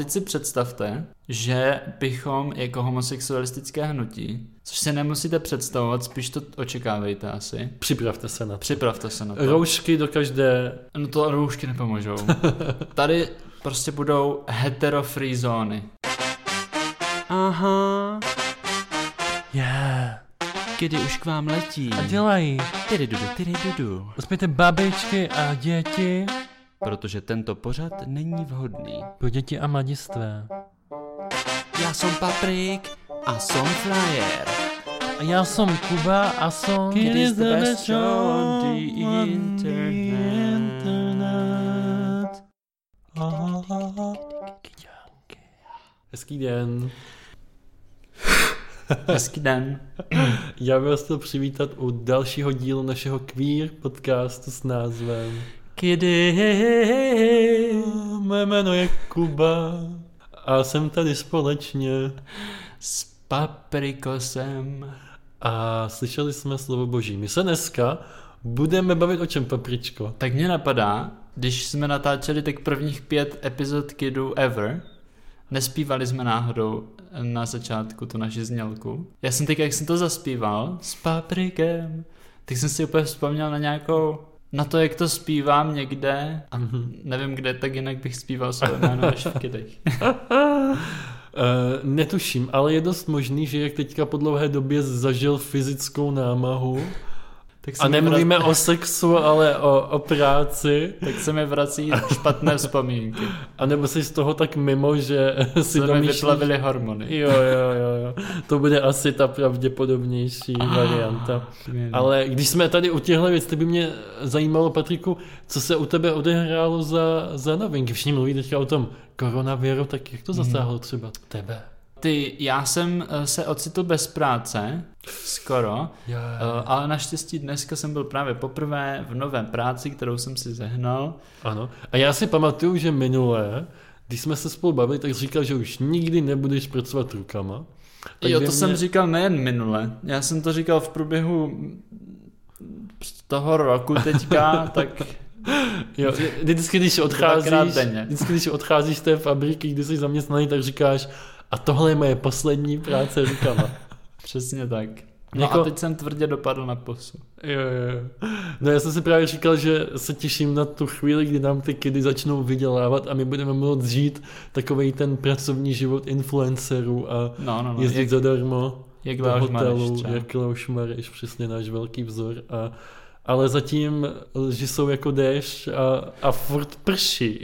teď si představte, že bychom jako homosexualistické hnutí, což si nemusíte představovat, spíš to očekávejte asi. Připravte se na to. Roušky do každé... No to roušky nepomůžou. Tady prostě budou hetero-free zóny. Aha. Yeah. Kdy už k vám letí. A dělají. Tyrydudu. Uspějte babičky a děti. Protože tento pořad není vhodný pro děti a mladistvé. Já jsem Paprik a jsem Flyer. A já jsem Kuba a jsem It is the best show on the internet. Hezký den. Hezký den. Já bych vás chtěl přivítat u dalšího dílu našeho queer podcastu s názvem Kdy. Moje jméno je Kuba a jsem tady společně s Paprikosem. A slyšeli jsme slovo boží. My se dneska budeme bavit o čem, Papričko? Tak mě napadá, když jsme natáčeli tak prvních 5 epizod Kidu ever, nespívali jsme náhodou na začátku tu naši znělku. Já jsem teď, jak jsem to zaspíval s Paprikem, tak jsem si úplně vzpomněl na to, jak to zpívám někde a nevím kde, tak jinak bych zpíval své jméno než v Kidech. Netuším, ale je dost možný, že jak teďka po dlouhé době zažil fyzickou námahu a nemluvíme o sexu, ale o práci. Tak se mi vrací špatné vzpomínky. A nebo jsi z toho tak mimo, že si domýšlíš... vyplavily hormony. Jo. To bude asi ta pravděpodobnější varianta. Ale když jsme tady u těchto věcí, tak by mě zajímalo, Patriku, co se u tebe odehrálo za novinky. Všichni mluví teďka o tom koronaviru, tak jak to zasáhlo třeba tebe? Já jsem se ocitl bez práce, skoro, ale naštěstí dneska jsem byl právě poprvé v nové práci, kterou jsem si zehnal. Ano, a já si pamatuju, že minulé, když jsme se spolu bavili, tak říkal, že už nikdy nebudeš pracovat rukama. Tak jo, to jsem říkal nejen minule, já jsem to říkal v průběhu toho roku teďka, tak... Jo, vždycky, když odcházíš z té fabriky, kdy jsi zaměstnaný, tak říkáš, a tohle je moje poslední práce rukama. Přesně tak. No a teď jsem tvrdě dopadl na pusu. Jo. No já jsem si právě říkal, že se těším na tu chvíli, kdy nám ty kidy začnou vydělávat a my budeme moct žít takovej ten pracovní život influencerů a jezdit zadarmo do hotelu, jak Leoš Mareš, přesně náš velký vzor. Ale zatím lži jsou jako déšť a furt prší.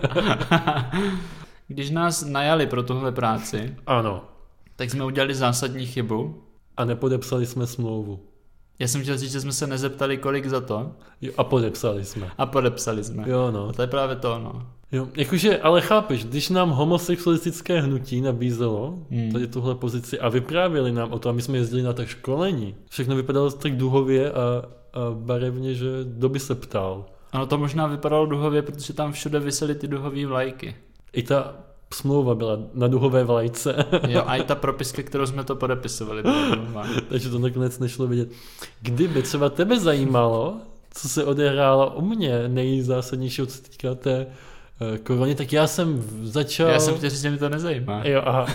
Když nás najali pro tuhle práci, ano, tak jsme udělali zásadní chybu. A nepodepsali jsme smlouvu. Já jsem chtěl říct, že jsme se nezeptali, kolik za to. Jo, a podepsali jsme. Jo, no. A to je právě to, no. Jo, jakože, ale chápeš, když nám homosexualistické hnutí nabízelo tady tuhle pozici a vyprávěli nám o to a my jsme jezdili na tak školení, všechno vypadalo tak duhově a barevně, že kdo by se ptal. Ano, to možná vypadalo duhově, protože tam všude visely ty duhové vlajky. I ta smlouva byla na duhové vlajce. Jo, a i ta propiska, kterou jsme to podepisovali, byla duhová. Takže to nakonec nešlo vidět. Kdyby třeba tebe zajímalo, co se odehrálo u mě nejzásadnějšího, co se týká té korony, tak já jsem začal... Já jsem chtěl říct, že mi to nezajímá. Jo, aha.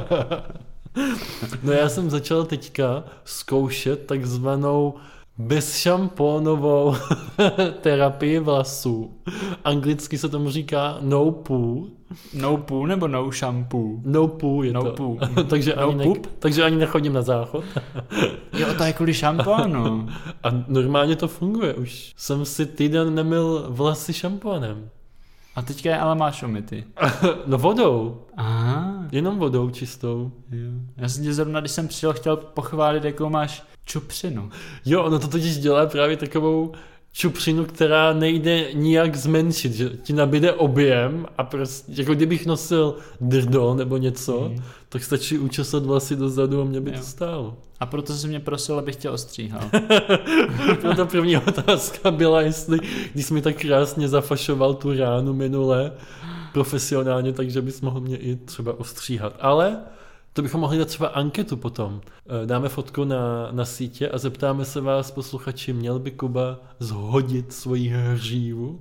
No já jsem začal teďka zkoušet takzvanou bezšampónovou terapii vlasů. Anglicky se tomu říká no poo. No poo nebo no shampoo? No poo je to. Poo. takže ani nechodím na záchod. Jo, to je kvůli šampónu. A normálně to funguje. Už jsem si týden nemyl vlasy šampónem. A teďka je ale máš umyty. No vodou. Aha. Jenom vodou čistou. Jo. Já jsem tě zrovna, když jsem přišel, chtěl pochválit, jakou máš čupřinu. Jo, ono to totiž dělá právě takovou čupřinu, která nejde nijak zmenšit, že ti nabíde objem a prostě, jako kdybych nosil drdo nebo něco, tak stačí učesat vlasy dozadu a mě by to stálo. A proto jsi mě prosil, abych tě ostříhal. Proto první otázka byla, jestli, když jsi mi tak krásně zafašoval tu ránu minule profesionálně, takže bys mohl mě i třeba ostříhat. Ale to bychom mohli dát třeba anketu potom. Dáme fotku na sítě a zeptáme se vás, posluchači, měl by Kuba zhodit svoji hřívu?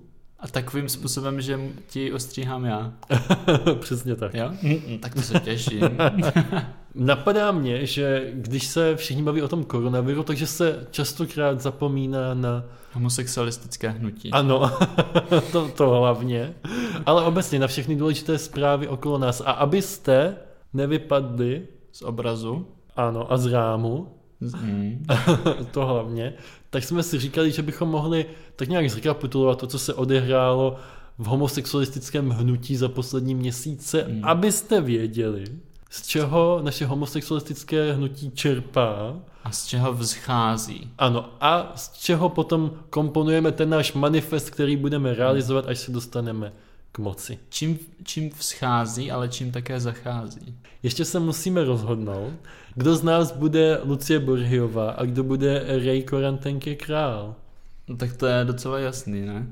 A takovým způsobem, že ti ostříhám já. Přesně tak. Jo? Tak to se těším. Napadá mě, že když se všichni baví o tom koronaviru, takže se častokrát zapomíná na homosexualistické hnutí. Ano, to hlavně. Ale obecně na všechny důležité zprávy okolo nás. A abyste nevypadli z obrazu. Ano, a z rámu. To hlavně. Tak jsme si říkali, že bychom mohli tak nějak zrekapitulovat to, co se odehrálo v homosexualistickém hnutí za poslední měsíce, abyste věděli, z čeho naše homosexualistické hnutí čerpá. A z čeho vzchází. Ano, a z čeho potom komponujeme ten náš manifest, který budeme realizovat, až se dostaneme k moci. Čím vzchází, ale čím také zachází. Ještě se musíme rozhodnout, kdo z nás bude Lucie Borhiová a kdo bude Ray Korantenke král. No tak to je docela jasný, ne?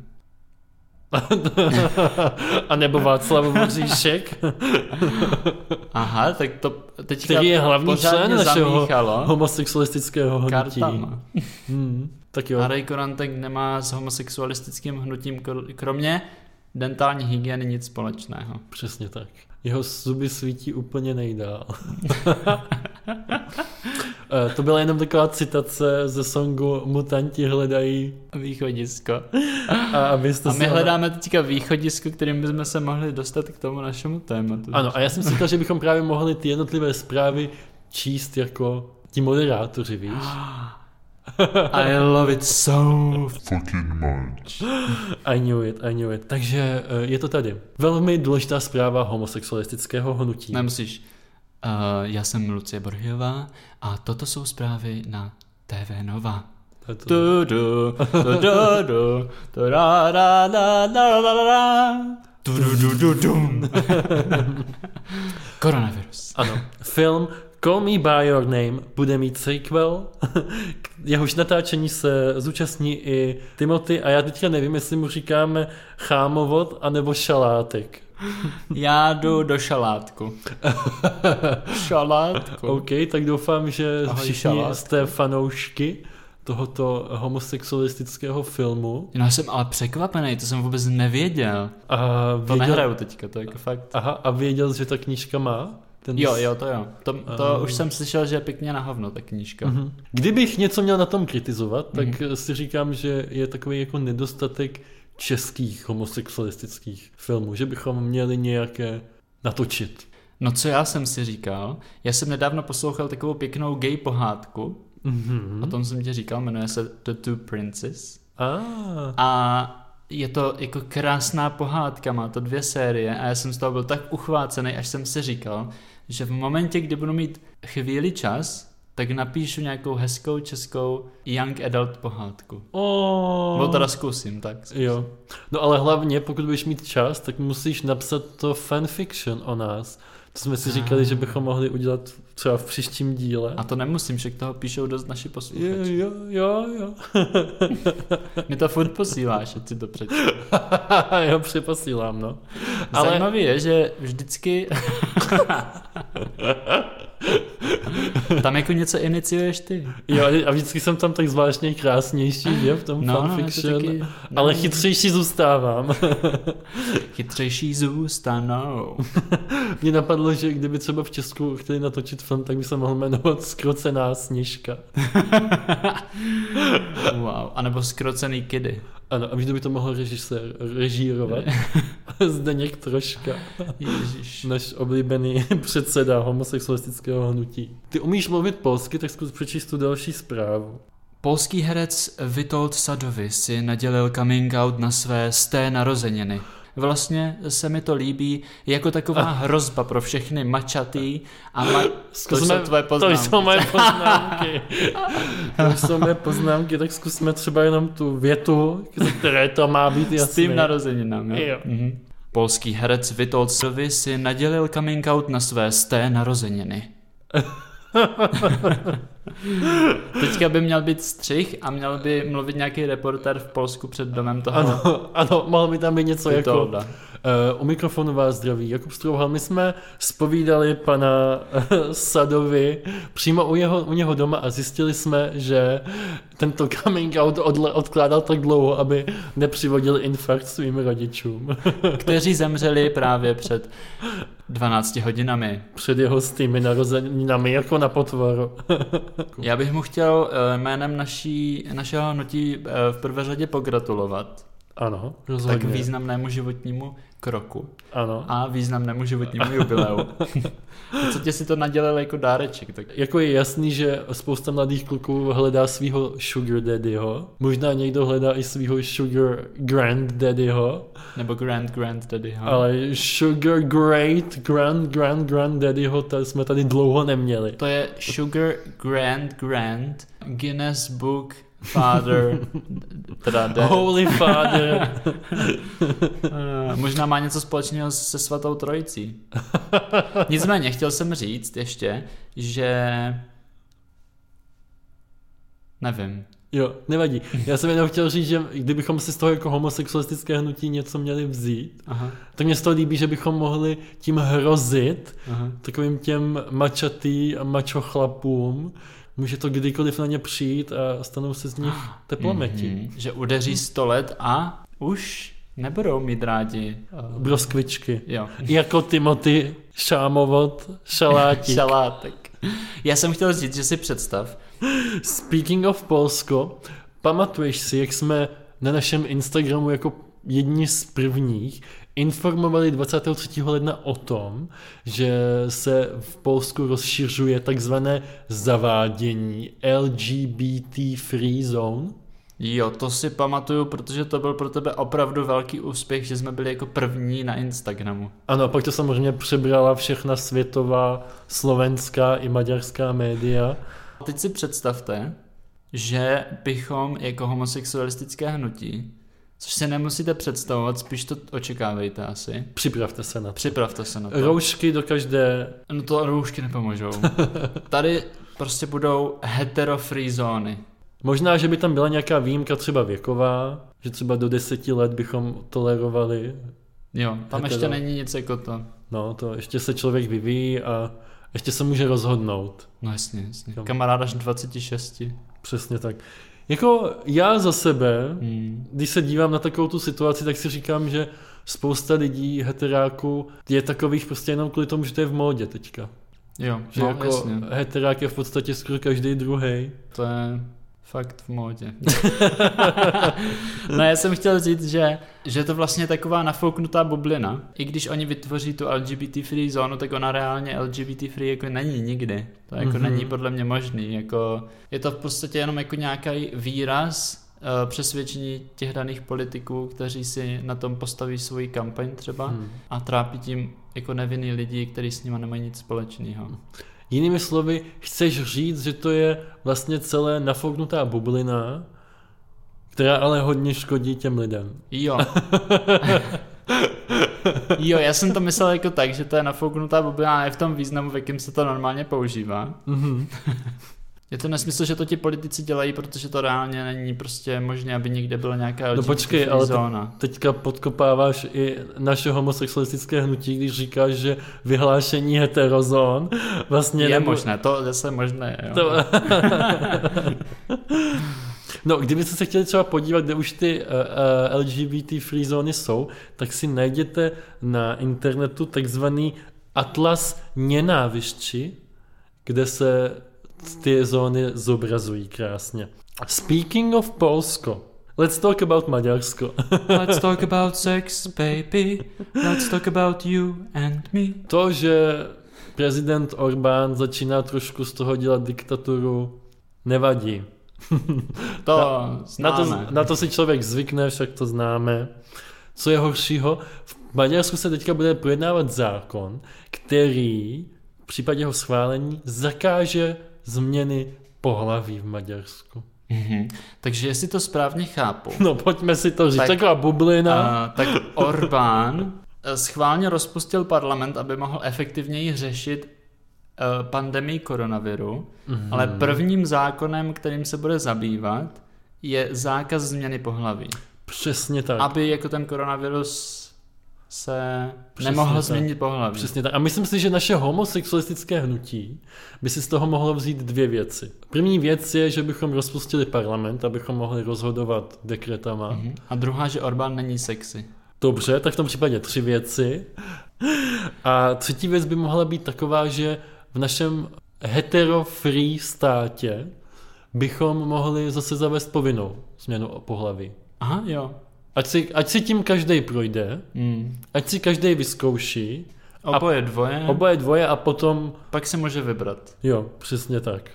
A nebo Václav Voříšek. Aha, tak to teďka který je hlavní člen našeho homosexualistického hnutí. Kartama. Tak jo. A Ray Korantek nemá s homosexualistickým hnutím kromě dentální hygieny nic společného. Přesně tak. Jeho zuby svítí úplně nejdál. To byla jenom taková citace ze songu Mutanti hledají východisko. A my hledáme teďka východisko, kterým bychom se mohli dostat k tomu našemu tématu. Ano, a já jsem si říkal, že bychom právě mohli ty jednotlivé zprávy číst jako ti moderátoři, víš? I love it so fucking much. I knew it. Takže je to tady. Velmi důležitá zpráva homosexualistického hnutí. Nemusíš. Já jsem Lucie Borhiová a toto jsou zprávy na TV Nova. Koronavirus. Ano. Film Call Me By Your Name bude mít sequel, jehož natáčení se zúčastní i Timothy a já teďka nevím, jestli mu říkáme chámovod anebo šalátek. Já jdu do šalátku. Šalátku. OK, tak doufám, že všichni jste fanoušky tohoto homosexualistického filmu. No, já jsem ale překvapený, to jsem vůbec nevěděl. To nehraju teďka, to je jako fakt. Aha, a věděl, že ta knížka má? Jo, to jo. To už jsem slyšel, že je pěkně na hovno ta knížka. Kdybych něco měl na tom kritizovat, tak si říkám, že je takový jako nedostatek českých homosexualistických filmů, že bychom měli nějaké natočit. No co já jsem si říkal, já jsem nedávno poslouchal takovou pěknou gay pohádku, o tom jsem ti říkal, jmenuje se The Two Princes. A je to jako krásná pohádka, má to 2 série a já jsem z toho byl tak uchvácený, až jsem si říkal, že v momentě, kdy budu mít chvíli čas, tak napíšu nějakou hezkou českou young adult pohádku. No teda zkusím, tak. Jo. No ale hlavně, pokud budeš mít čas, tak musíš napsat to fanfiction o nás. To jsme si říkali, že bychom mohli udělat třeba v příštím díle. A to nemusím, však toho píšou dost naši posluchači. Jo. Mi to furt posíláš, ať si to přečtu. Jo, přeposílám, no. Zajímavý je, že vždycky tam jako něco iniciuješ ty. Jo, a vždycky jsem tam tak zvláštně krásnější, že, v tom fanfiction. Ale chytřejší zůstávám. Chytřejší zůstanou. Mně napadlo, že kdyby třeba v Česku chtěli natočit film, tak by se mohl jmenovat Zkrocená Sněžka. Wow, anebo Zkrocený kidy. Ano, a víš, kdo by to mohl režírovat? Zdeněk Troška. Ježiš. Náš oblíbený předseda homosexualistického hnutí. Ty umíš mluvit polsky, tak zkus přečíst tu další zprávu. Polský herec Witold Sadowy si nadělil coming out na své 100. narozeniny. Vlastně se mi to líbí jako taková hrozba pro všechny mačatý a to jsou tvoje poznámky. To jsou moje poznámky. Tak zkusme třeba jenom tu větu, které to má být jasný. S tím narozeninám, jo. Polský herec Witold Sadowy si nadělil coming out na své 100. narozeniny. Teďka by měl být střih a měl by mluvit nějaký reportér v Polsku před domem toho. Ano, mohl by tam být něco jako U mikrofonu vás zdraví Jakub Strouhal. My jsme zpovídali pana Sadovi přímo u něho doma a zjistili jsme, že tento coming out odkládal tak dlouho, aby nepřivodil infarkt svým rodičům. Kteří zemřeli právě před 12 hodinami. Před jeho stými narozeninami, jako na potvoru. Já bych mu chtěl jménem našeho hnutí v prvé řadě pogratulovat. Ano, rozhodně. Tak významnému životnímu kroku. Ano. A významnému životnímu jubileu. Co tě si to nadělal jako dáreček? Tak... Jako je jasný, že spousta mladých kluků hledá svýho sugar daddyho. Možná někdo hledá i svýho sugar granddaddyho. Nebo granddaddyho. Ale sugar grand daddyho jsme tady dlouho neměli. To je sugar grand Guinness Book Father, teda Holy Father. Možná má něco společného se Svatou Trojicí. Nicméně, chtěl jsem říct ještě, že... Nevím. Jo, nevadí. Já jsem jenom chtěl říct, že kdybychom si z toho jako homosexualistické hnutí něco měli vzít, tak mě z toho líbí, že bychom mohli tím hrozit takovým těm mačatý a mačo chlapům. Může to kdykoliv na ně přijít a stanou se z nich teplometi. Že udeří 100 let a už nebudou mít rádi broskvičky. Jo. Jako Timothy Šámovod Šalátík. Šalátek. Já jsem chtěl říct, že si představ. Speaking of Polsko, pamatuješ si, jak jsme na našem Instagramu jako jedni z prvních informovali 23. ledna o tom, že se v Polsku rozšiřuje takzvané zavádění LGBT free zone? Jo, to si pamatuju, protože to byl pro tebe opravdu velký úspěch, že jsme byli jako první na Instagramu. Ano, pak to samozřejmě přebrala všechna světová, slovenská i maďarská média. Teď si představte, že bychom jako homosexualistické hnutí, což si nemusíte představovat, spíš to očekávejte asi. Připravte se na to. Roušky do každé... No to roušky nepomůžou. Tady prostě budou hetero-free zóny. Možná, že by tam byla nějaká výjimka třeba věková, že třeba do 10 let bychom tolerovali. Jo, tam hetero. Ještě není nic jako to. No, to ještě se člověk vyvíjí a ještě se může rozhodnout. No jasně. Kamarád až 26. Přesně tak. Jako já za sebe, když se dívám na takovou tu situaci, tak si říkám, že spousta lidí, heteráků, je takových prostě jenom kvůli tomu, že to je v módě teďka. Jo, že no, jako jasně. Heterák je v podstatě skoro každý druhej. To je fakt v módě. No já jsem chtěl říct, že je to vlastně taková nafouknutá bublina. I když oni vytvoří tu LGBT free zónu, tak ona reálně LGBT free jako není nikdy. To jako není podle mě možný. Jako, je to v podstatě jenom jako nějaký výraz přesvědčení těch daných politiků, kteří si na tom postaví svoji kampaň třeba a trápí tím jako nevinný lidi, kteří s nimi nemají nic společného. Jinými slovy, chceš říct, že to je vlastně celé nafouknutá bublina, která ale hodně škodí těm lidem. Jo. Jo, já jsem to myslel jako tak, že to je nafouknutá bublina, ale v tom významu, v jakém se to normálně používá. Je to nesmysl, že to ti politici dělají, protože to reálně není prostě možné, aby někde byla nějaká LGBT počkej, ale zóna. Teďka podkopáváš i naše homosexualistické hnutí, když říkáš, že vyhlášení heterozón vlastně... Je možné, to zase možné, jo. No, kdybyste se chtěli třeba podívat, kde už ty LGBT free zóny jsou, tak si najděte na internetu takzvaný Atlas nenávisti, kde se ty zóny zobrazují krásně. Speaking of Polsko, let's talk about Maďarsko. Let's talk about sex, baby. Let's talk about you and me. To, že prezident Orbán začíná trošku z toho dělat diktaturu, nevadí. To známe. Na to si člověk zvykne, však to známe. Co je horšího? V Maďarsku se teďka bude projednávat zákon, který v případě jeho schválení zakáže změny pohlaví v Maďarsku. Takže jestli to správně chápu. No pojďme si to říct, taková bublina. Tak Orbán schválně rozpustil parlament, aby mohl efektivněji řešit pandemii koronaviru, ale prvním zákonem, kterým se bude zabývat, je zákaz změny pohlaví. Přesně tak. Aby jako ten koronavirus se nemohlo změnit pohlaví. Přesně tak. A myslím si, že naše homosexualistické hnutí by si z toho mohlo vzít 2 věci. První věc je, že bychom rozpustili parlament, abychom mohli rozhodovat dekretama. A druhá, že Orbán není sexy. Dobře, tak v tom případě 3 věci. A třetí věc by mohla být taková, že v našem hetero-free státě bychom mohli zase zavést povinnou změnu pohlaví. Aha, jo. Ať si tím každej projde, ať si každej vyzkouší. Oboje dvoje a potom... Pak se může vybrat. Jo, přesně tak.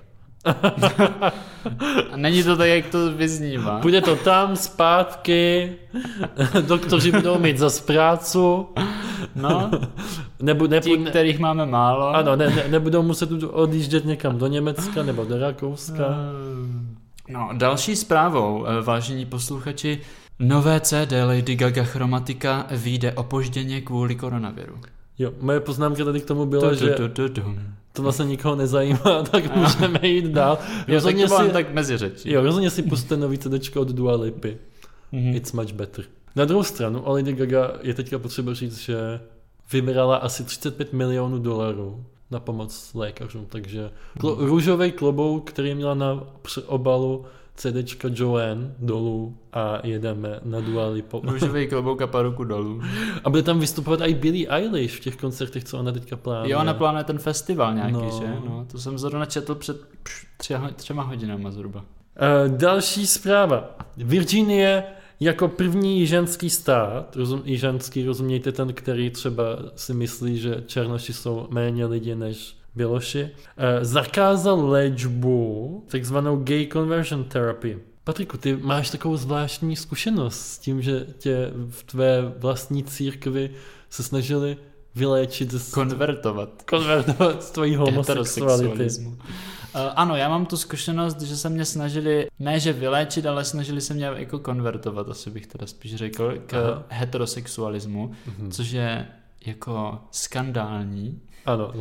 A není to tak, jak to vyznívá. Bude to tam, zpátky, doktoři budou mít zas prácu. No, ti, kterých máme málo. Ano, nebudou muset odjíždět někam do Německa nebo do Rakouska. No, další zprávou, vážení posluchači, nové CD Lady Gaga Chromatica vyjde opožděně kvůli koronaviru. Jo, moje poznámka tady k tomu byla, že to vlastně nikoho nezajímá, tak můžeme jít dál. Rozhodně tak mezi řečí. Jo, rozhodně si puste nový CDčko od Dua Lipy. It's much better. Na druhou stranu, o Lady Gaga je teďka potřeba říct, že vybrala asi $35 milionů na pomoc lékařům, takže růžový klobouk, který měla na obalu CDčka Joanne dolů a jedeme na Dua Lipu. Růžový klobouk a paruku dolů. A bude tam vystupovat i Billie Eilish v těch koncertech, co ona teďka plánuje. Jo, ona plánuje ten festival nějaký, že? No, to jsem zrovna četl před 3 hodinama zhruba. Další zpráva. Virginie jako první ženský stát, ženský, rozumějte ten, který třeba si myslí, že černoši jsou méně lidi než běloši, zakázal léčbu, takzvanou gay conversion therapy. Patriku, ty máš takovou zvláštní zkušenost s tím, že tě v tvé vlastní církvi se snažili vyléčit konvertovat z tvojí homosexuality. Ano, já mám tu zkušenost, že se mě snažili, ne že vyléčit, ale snažili se mě jako konvertovat, asi bych teda spíš řekl, k heterosexualismu, což je jako skandální. Ano,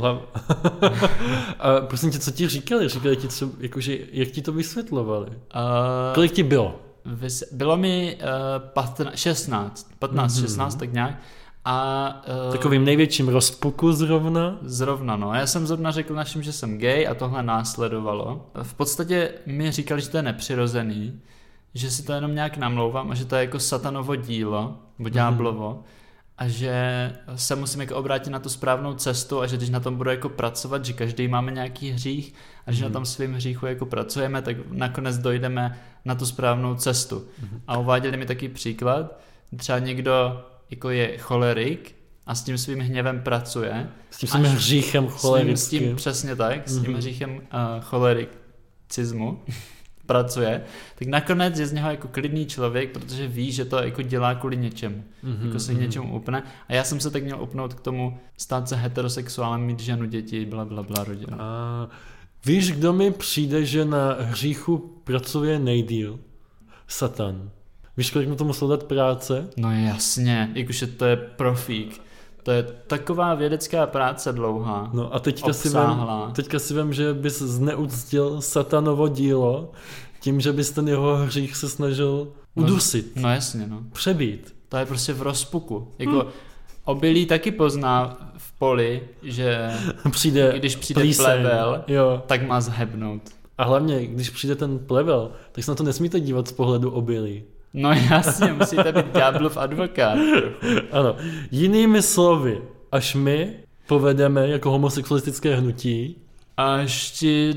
a prosím tě, co ti říkali? Říkali ti, jakože, jak ti to vysvětlovali? Kolik ti bylo? Bylo mi 16, tak nějak. A takovým největším rozpuku zrovna? Zrovna, no. Já jsem zrovna řekl našim, že jsem gay a tohle následovalo. V podstatě mi říkali, že to je nepřirozený, že si to jenom nějak namlouvám a že to je jako satanovo dílo, nebo ďáblovo, a že se musím jako obrátit na tu správnou cestu a že když na tom budu jako pracovat, že každý máme nějaký hřích a že na tom svým hříchu jako pracujeme, tak nakonec dojdeme na tu správnou cestu. A uváděli mi taky příklad, třeba někdo jako je cholerik a s tím svým hněvem pracuje. S tím svým hříchem cholerickým. S tím přesně tak, s tím hříchem cholericizmu pracuje, tak nakonec je z něho jako klidný člověk, protože ví, že to jako dělá kvůli něčemu. Jako se k něčemu upne. A já jsem se tak měl upnout k tomu stát se heterosexuálem, mít ženu, děti, blablabla, rodina. A víš, kdo mi přijde, že na hříchu pracuje nejdýl? Satan. Víš, kolik mu to muselo dát práce? No jakože to je profík. To je taková vědecká práce dlouhá. No a teďka si vem, že bys zneuctil satanovo dílo tím, že bys ten jeho hřích se snažil udusit. No jasně, no. Přebít. To je prostě v rozpuku. Jako obilí taky pozná v poli, že když přijde plevel, tak má zhebnout. A hlavně, když přijde ten plevel, tak se na to nesmíte dívat z pohledu obilí. No jasně, musíte být ďáblův advokát. Ano, jinými slovy, až my povedeme jako homosexualistické hnutí, až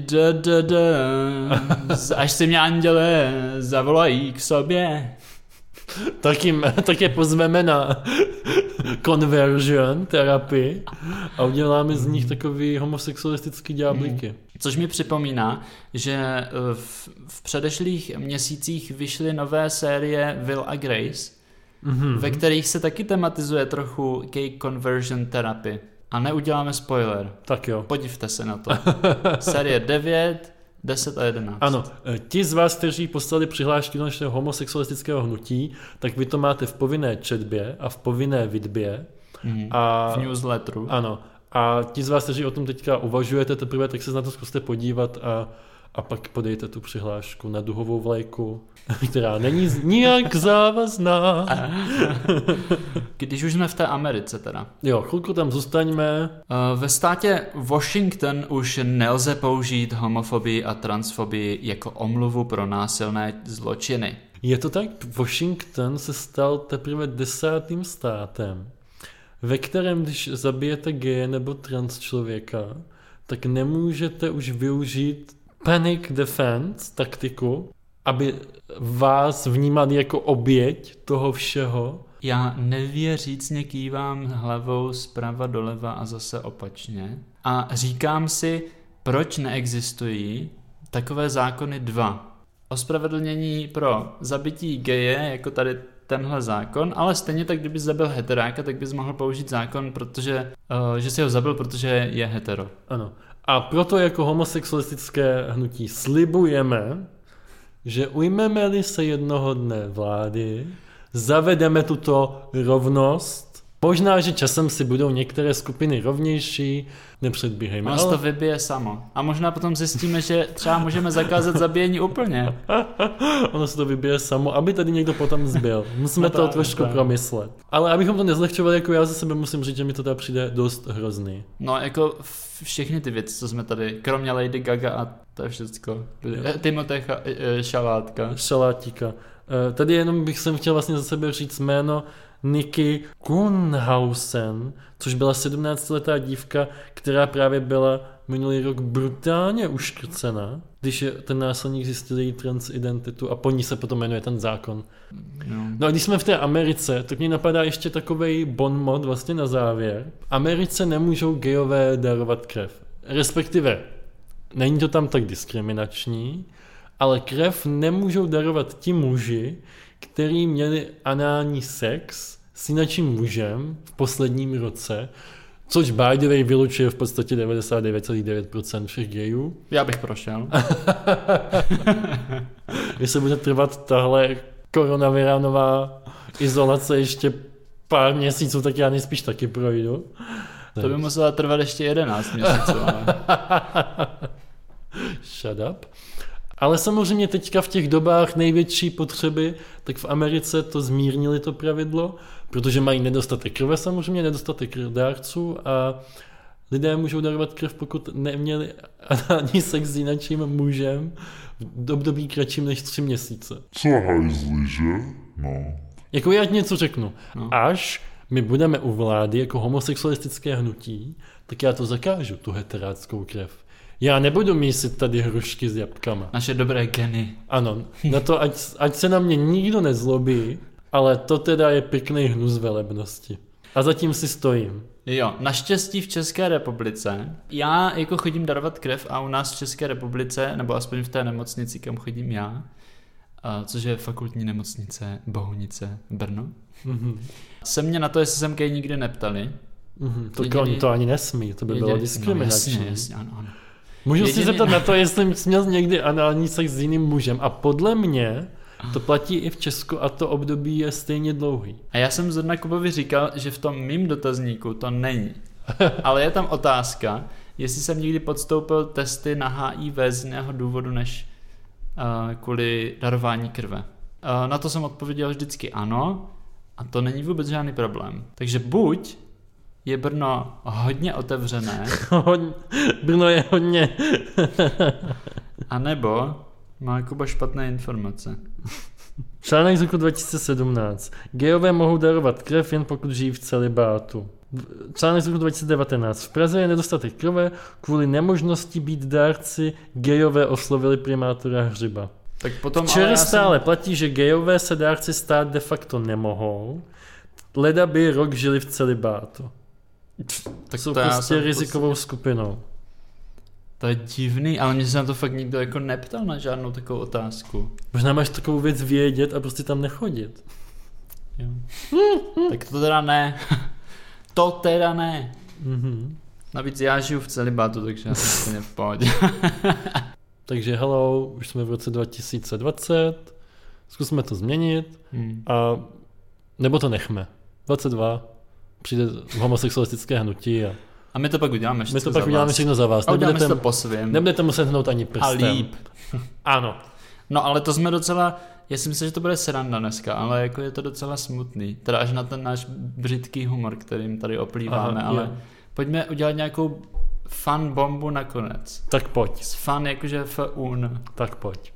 si mě anděle zavolají k sobě, tak je pozveme na conversion terapii a uděláme z nich takový homosexualistický ďáblíky. Což mi připomíná, že v předešlých měsících vyšly nové série Will a Grace, ve kterých se taky tematizuje trochu gay conversion therapy. A neuděláme spoiler. Tak jo. Podívte se na to. Série 9, 10 a 11. Ano, ti z vás, kteří poslali přihlášky do našeho homosexualistického hnutí, tak vy to máte v povinné četbě a v povinné vidbě. A v newsletteru. Ano. A ti z vás, kteří o tom teďka uvažujete teprve, tak se na to zkuste podívat a pak podejte tu přihlášku na duhovou vlajku, která není nijak závazná. Když už jsme v té Americe teda. Jo, chvilku tam zůstaňme. Ve státě Washington už nelze použít homofobii a transfobii jako omluvu pro násilné zločiny. Je to tak? Washington se stal teprve 10. státem, ve kterém, když zabijete geje nebo trans člověka, tak nemůžete už využít panic defense taktiku, aby vás vnímali jako oběť toho všeho. Já nevěřícně kývám hlavou zprava doleva a zase opačně. A říkám si, proč neexistují takové zákony 2. Ospravedlnění pro zabití geje, jako tady tenhle zákon, ale stejně tak, kdyby zabil heteráka, tak bys mohl použít zákon, protože, že si ho zabil, protože je hetero. Ano. A proto jako homosexualistické hnutí slibujeme, že ujmeme-li se jednoho dne vlády, zavedeme tuto rovnost. Možná, že časem si budou některé skupiny rovnější, nepředbíhejme. Ono to vybije samo. A možná potom zjistíme, že třeba můžeme zakázat zabíjení úplně. Ono se to vybije samo, aby tady někdo potom zbyl. Musíme to trošku promyslet. Ale abychom to nezlehčovali, jako já za sebe musím říct, že mi to teda přijde dost hrozný. No jako všechny ty věci, co jsme tady, kromě Lady Gaga a to je všecko. Timothée Šalátíka. Tady jenom bych sem chtěl vlastně za sebe říct jméno Nikki Kuhnhausen, což byla 17letá dívka, která právě byla minulý rok brutálně uškrcena, když ten násilník zjistil její transidentitu a po ní se potom jmenuje ten zákon. No a když jsme v té Americe, tak mě napadá ještě takovej bonmot vlastně na závěr. V Americe nemůžou gejové darovat krev. Respektive, není to tam tak diskriminační, ale krev nemůžou darovat ti muži, který měli anální sex s jinakým mužem v posledním roce, což by the way vylučuje v podstatě 99,9% všech gejů. Já bych prošel. Když se bude trvat tahle koronaviránová izolace ještě pár měsíců, tak já nejspíš taky projdu. To by musela trvat ještě 11 měsíců. Ale... Shut up. Ale samozřejmě teďka v těch dobách největší potřeby, tak v Americe to zmírnili to pravidlo, protože mají nedostatek krve, samozřejmě nedostatek dárců a lidé můžou darovat krev, pokud neměli ani sex s jinakým mužem v období kratším než 3 měsíce. Co hajzli, že? No. Jako já něco řeknu. Až my budeme u vlády jako homosexualistické hnutí, tak já to zakážu, tu heteráckou krev. Já nebudu mísit tady hrušky s jabkama. Naše dobré geny. Ano, na to, ať se na mě nikdo nezlobí, ale to teda je pěkný hnus velebnosti. A zatím si stojím. Jo, naštěstí v České republice, já jako chodím darovat krev a u nás v České republice, nebo aspoň v té nemocnici, kam chodím já, což je fakultní nemocnice Bohunice Brno, se mě na to, jestli jsem kej nikdy neptali. Oni to ani nesmí, to by bylo diskriminační. No, jasně, ano. Můžu si zeptat na to, jestli jsi měl někdy anální sex s jiným mužem. A podle mě to platí i v Česku a to období je stejně dlouhý. A já jsem zrovna Kubovi říkal, že v tom mým dotazníku to není. Ale je tam otázka, jestli jsem někdy podstoupil testy na HIV z jiného důvodu než kvůli darování krve. Na to jsem odpověděl vždycky ano a to není vůbec žádný problém. Takže buď je Brno hodně otevřené. Brno je hodně. A nebo má Kuba špatné informace. Článek z roku 2017. Gejové mohou darovat krev jen pokud žijí v celibátu. Článek z roku 2019. V Praze je nedostatek krve, kvůli nemožnosti být dárci gejové oslovili primátora Hřiba. Tak potom, včera stále platí, že gejové se dárci stát de facto nemohou, leda by rok žili v celibátu. Tak jsou prostě rizikovou skupinou. To je divný, ale mě se na to fakt nikdo jako neptal na žádnou takovou otázku. Možná máš takovou věc vědět a prostě tam nechodit. Jo. Tak to teda ne. To teda ne. Navíc já žiju v celibátu, takže já jsem úplně v pohodě. Takže hello, už jsme v roce 2020, zkusme to změnit a nebo to nechme. 22 přijde homosexualistické hnutí a A my to pak uděláme všechno My to pak uděláme všechno za vás. A uděláme to po svém. Nebudete muset hnout ani prstem. A líp. Ano. No ale to jsme docela, já si myslím, že to bude sranda dneska, ale jako je to docela smutný. Teda až na ten náš břitký humor, kterým tady oplýváme, ale pojďme udělat nějakou fun bombu nakonec. Tak pojď. Fun jakože fun. Tak pojď.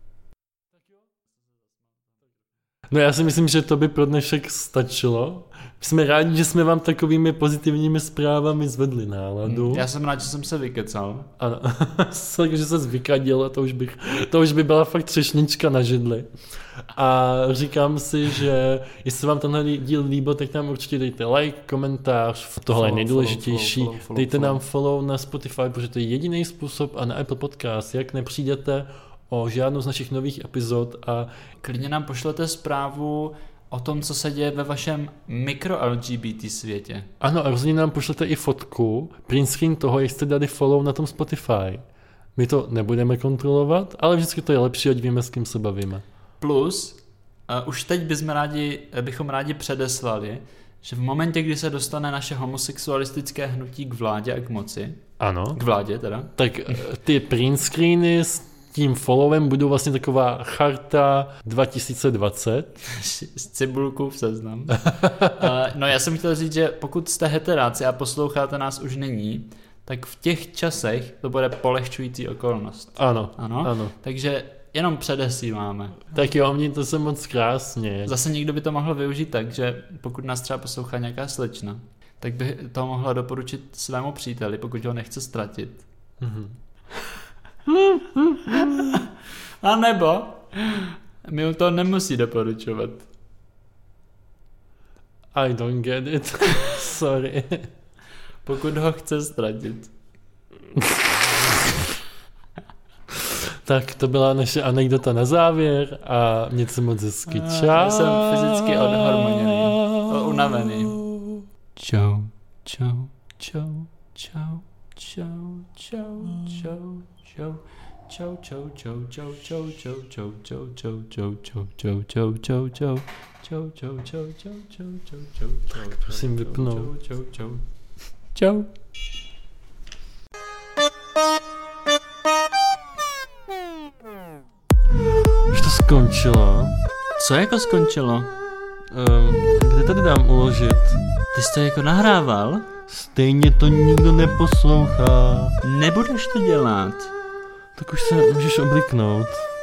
No já si myslím, že to by pro dnešek stačilo. Jsme rádi, že jsme vám takovými pozitivními zprávami zvedli náladu. Já jsem rád, že jsem se vykecal. Ano, že se vykadil, to už by byla fakt třešnička na židli. A říkám si, že jestli vám tenhle díl líbil, tak nám určitě dejte like, komentář, tohle je nejdůležitější. Dejte nám follow na Spotify, protože to je jediný způsob, a na Apple Podcast, jak nepřijdete o žádnou z našich nových epizod. A klidně nám pošlete zprávu o tom, co se děje ve vašem mikro-LGBT světě. Ano, a rozhodně nám pošlete i fotku, print screen toho, jak jste dali follow na tom Spotify. My to nebudeme kontrolovat, ale vždycky to je lepší, ať víme, s kým se bavíme. Plus, už teď bychom rádi předeslali, že v momentě, kdy se dostane naše homosexualistické hnutí k vládě a k moci, ano, k vládě teda, tak ty print screeny s tím followem budou vlastně taková charta 2020. S cibulkou v seznam. No já jsem chtěl říct, že pokud jste heteráci a posloucháte nás už nyní, tak v těch časech to bude polehčující okolnost. Ano. Takže jenom předesíláme. Tak jo, mějte se moc krásně. Zase někdo by to mohl využít tak, že pokud nás třeba poslouchá nějaká slečna, tak by to mohla doporučit svému příteli, pokud ho nechce ztratit. A nebo mi mu to nemusí doporučovat. I don't get it. Sorry. Pokud ho chce ztratit. Tak to byla naše anekdota na závěr a mějte se moc hezky. Čau. Já jsem fyzicky odharmoněný, unavený. Čau, čau, čau, čau, čau, čau, čau, čau. Čau, čau, čau, čau, čau, čau, čau, čau, čau, čau, čau, čau, čau, čau, čau. Čau, čau, čau, čau, čau, čau, čau, čau. Prosím vypnout. Čau, čau. Čau. Už to skončilo. Co jako skončilo? Kde tady dám uložit? Ty jsi to jako nahrával? Stejně to nikdo neposlouchá. Nebudeš to dělat. Tak už se můžeš obliknout.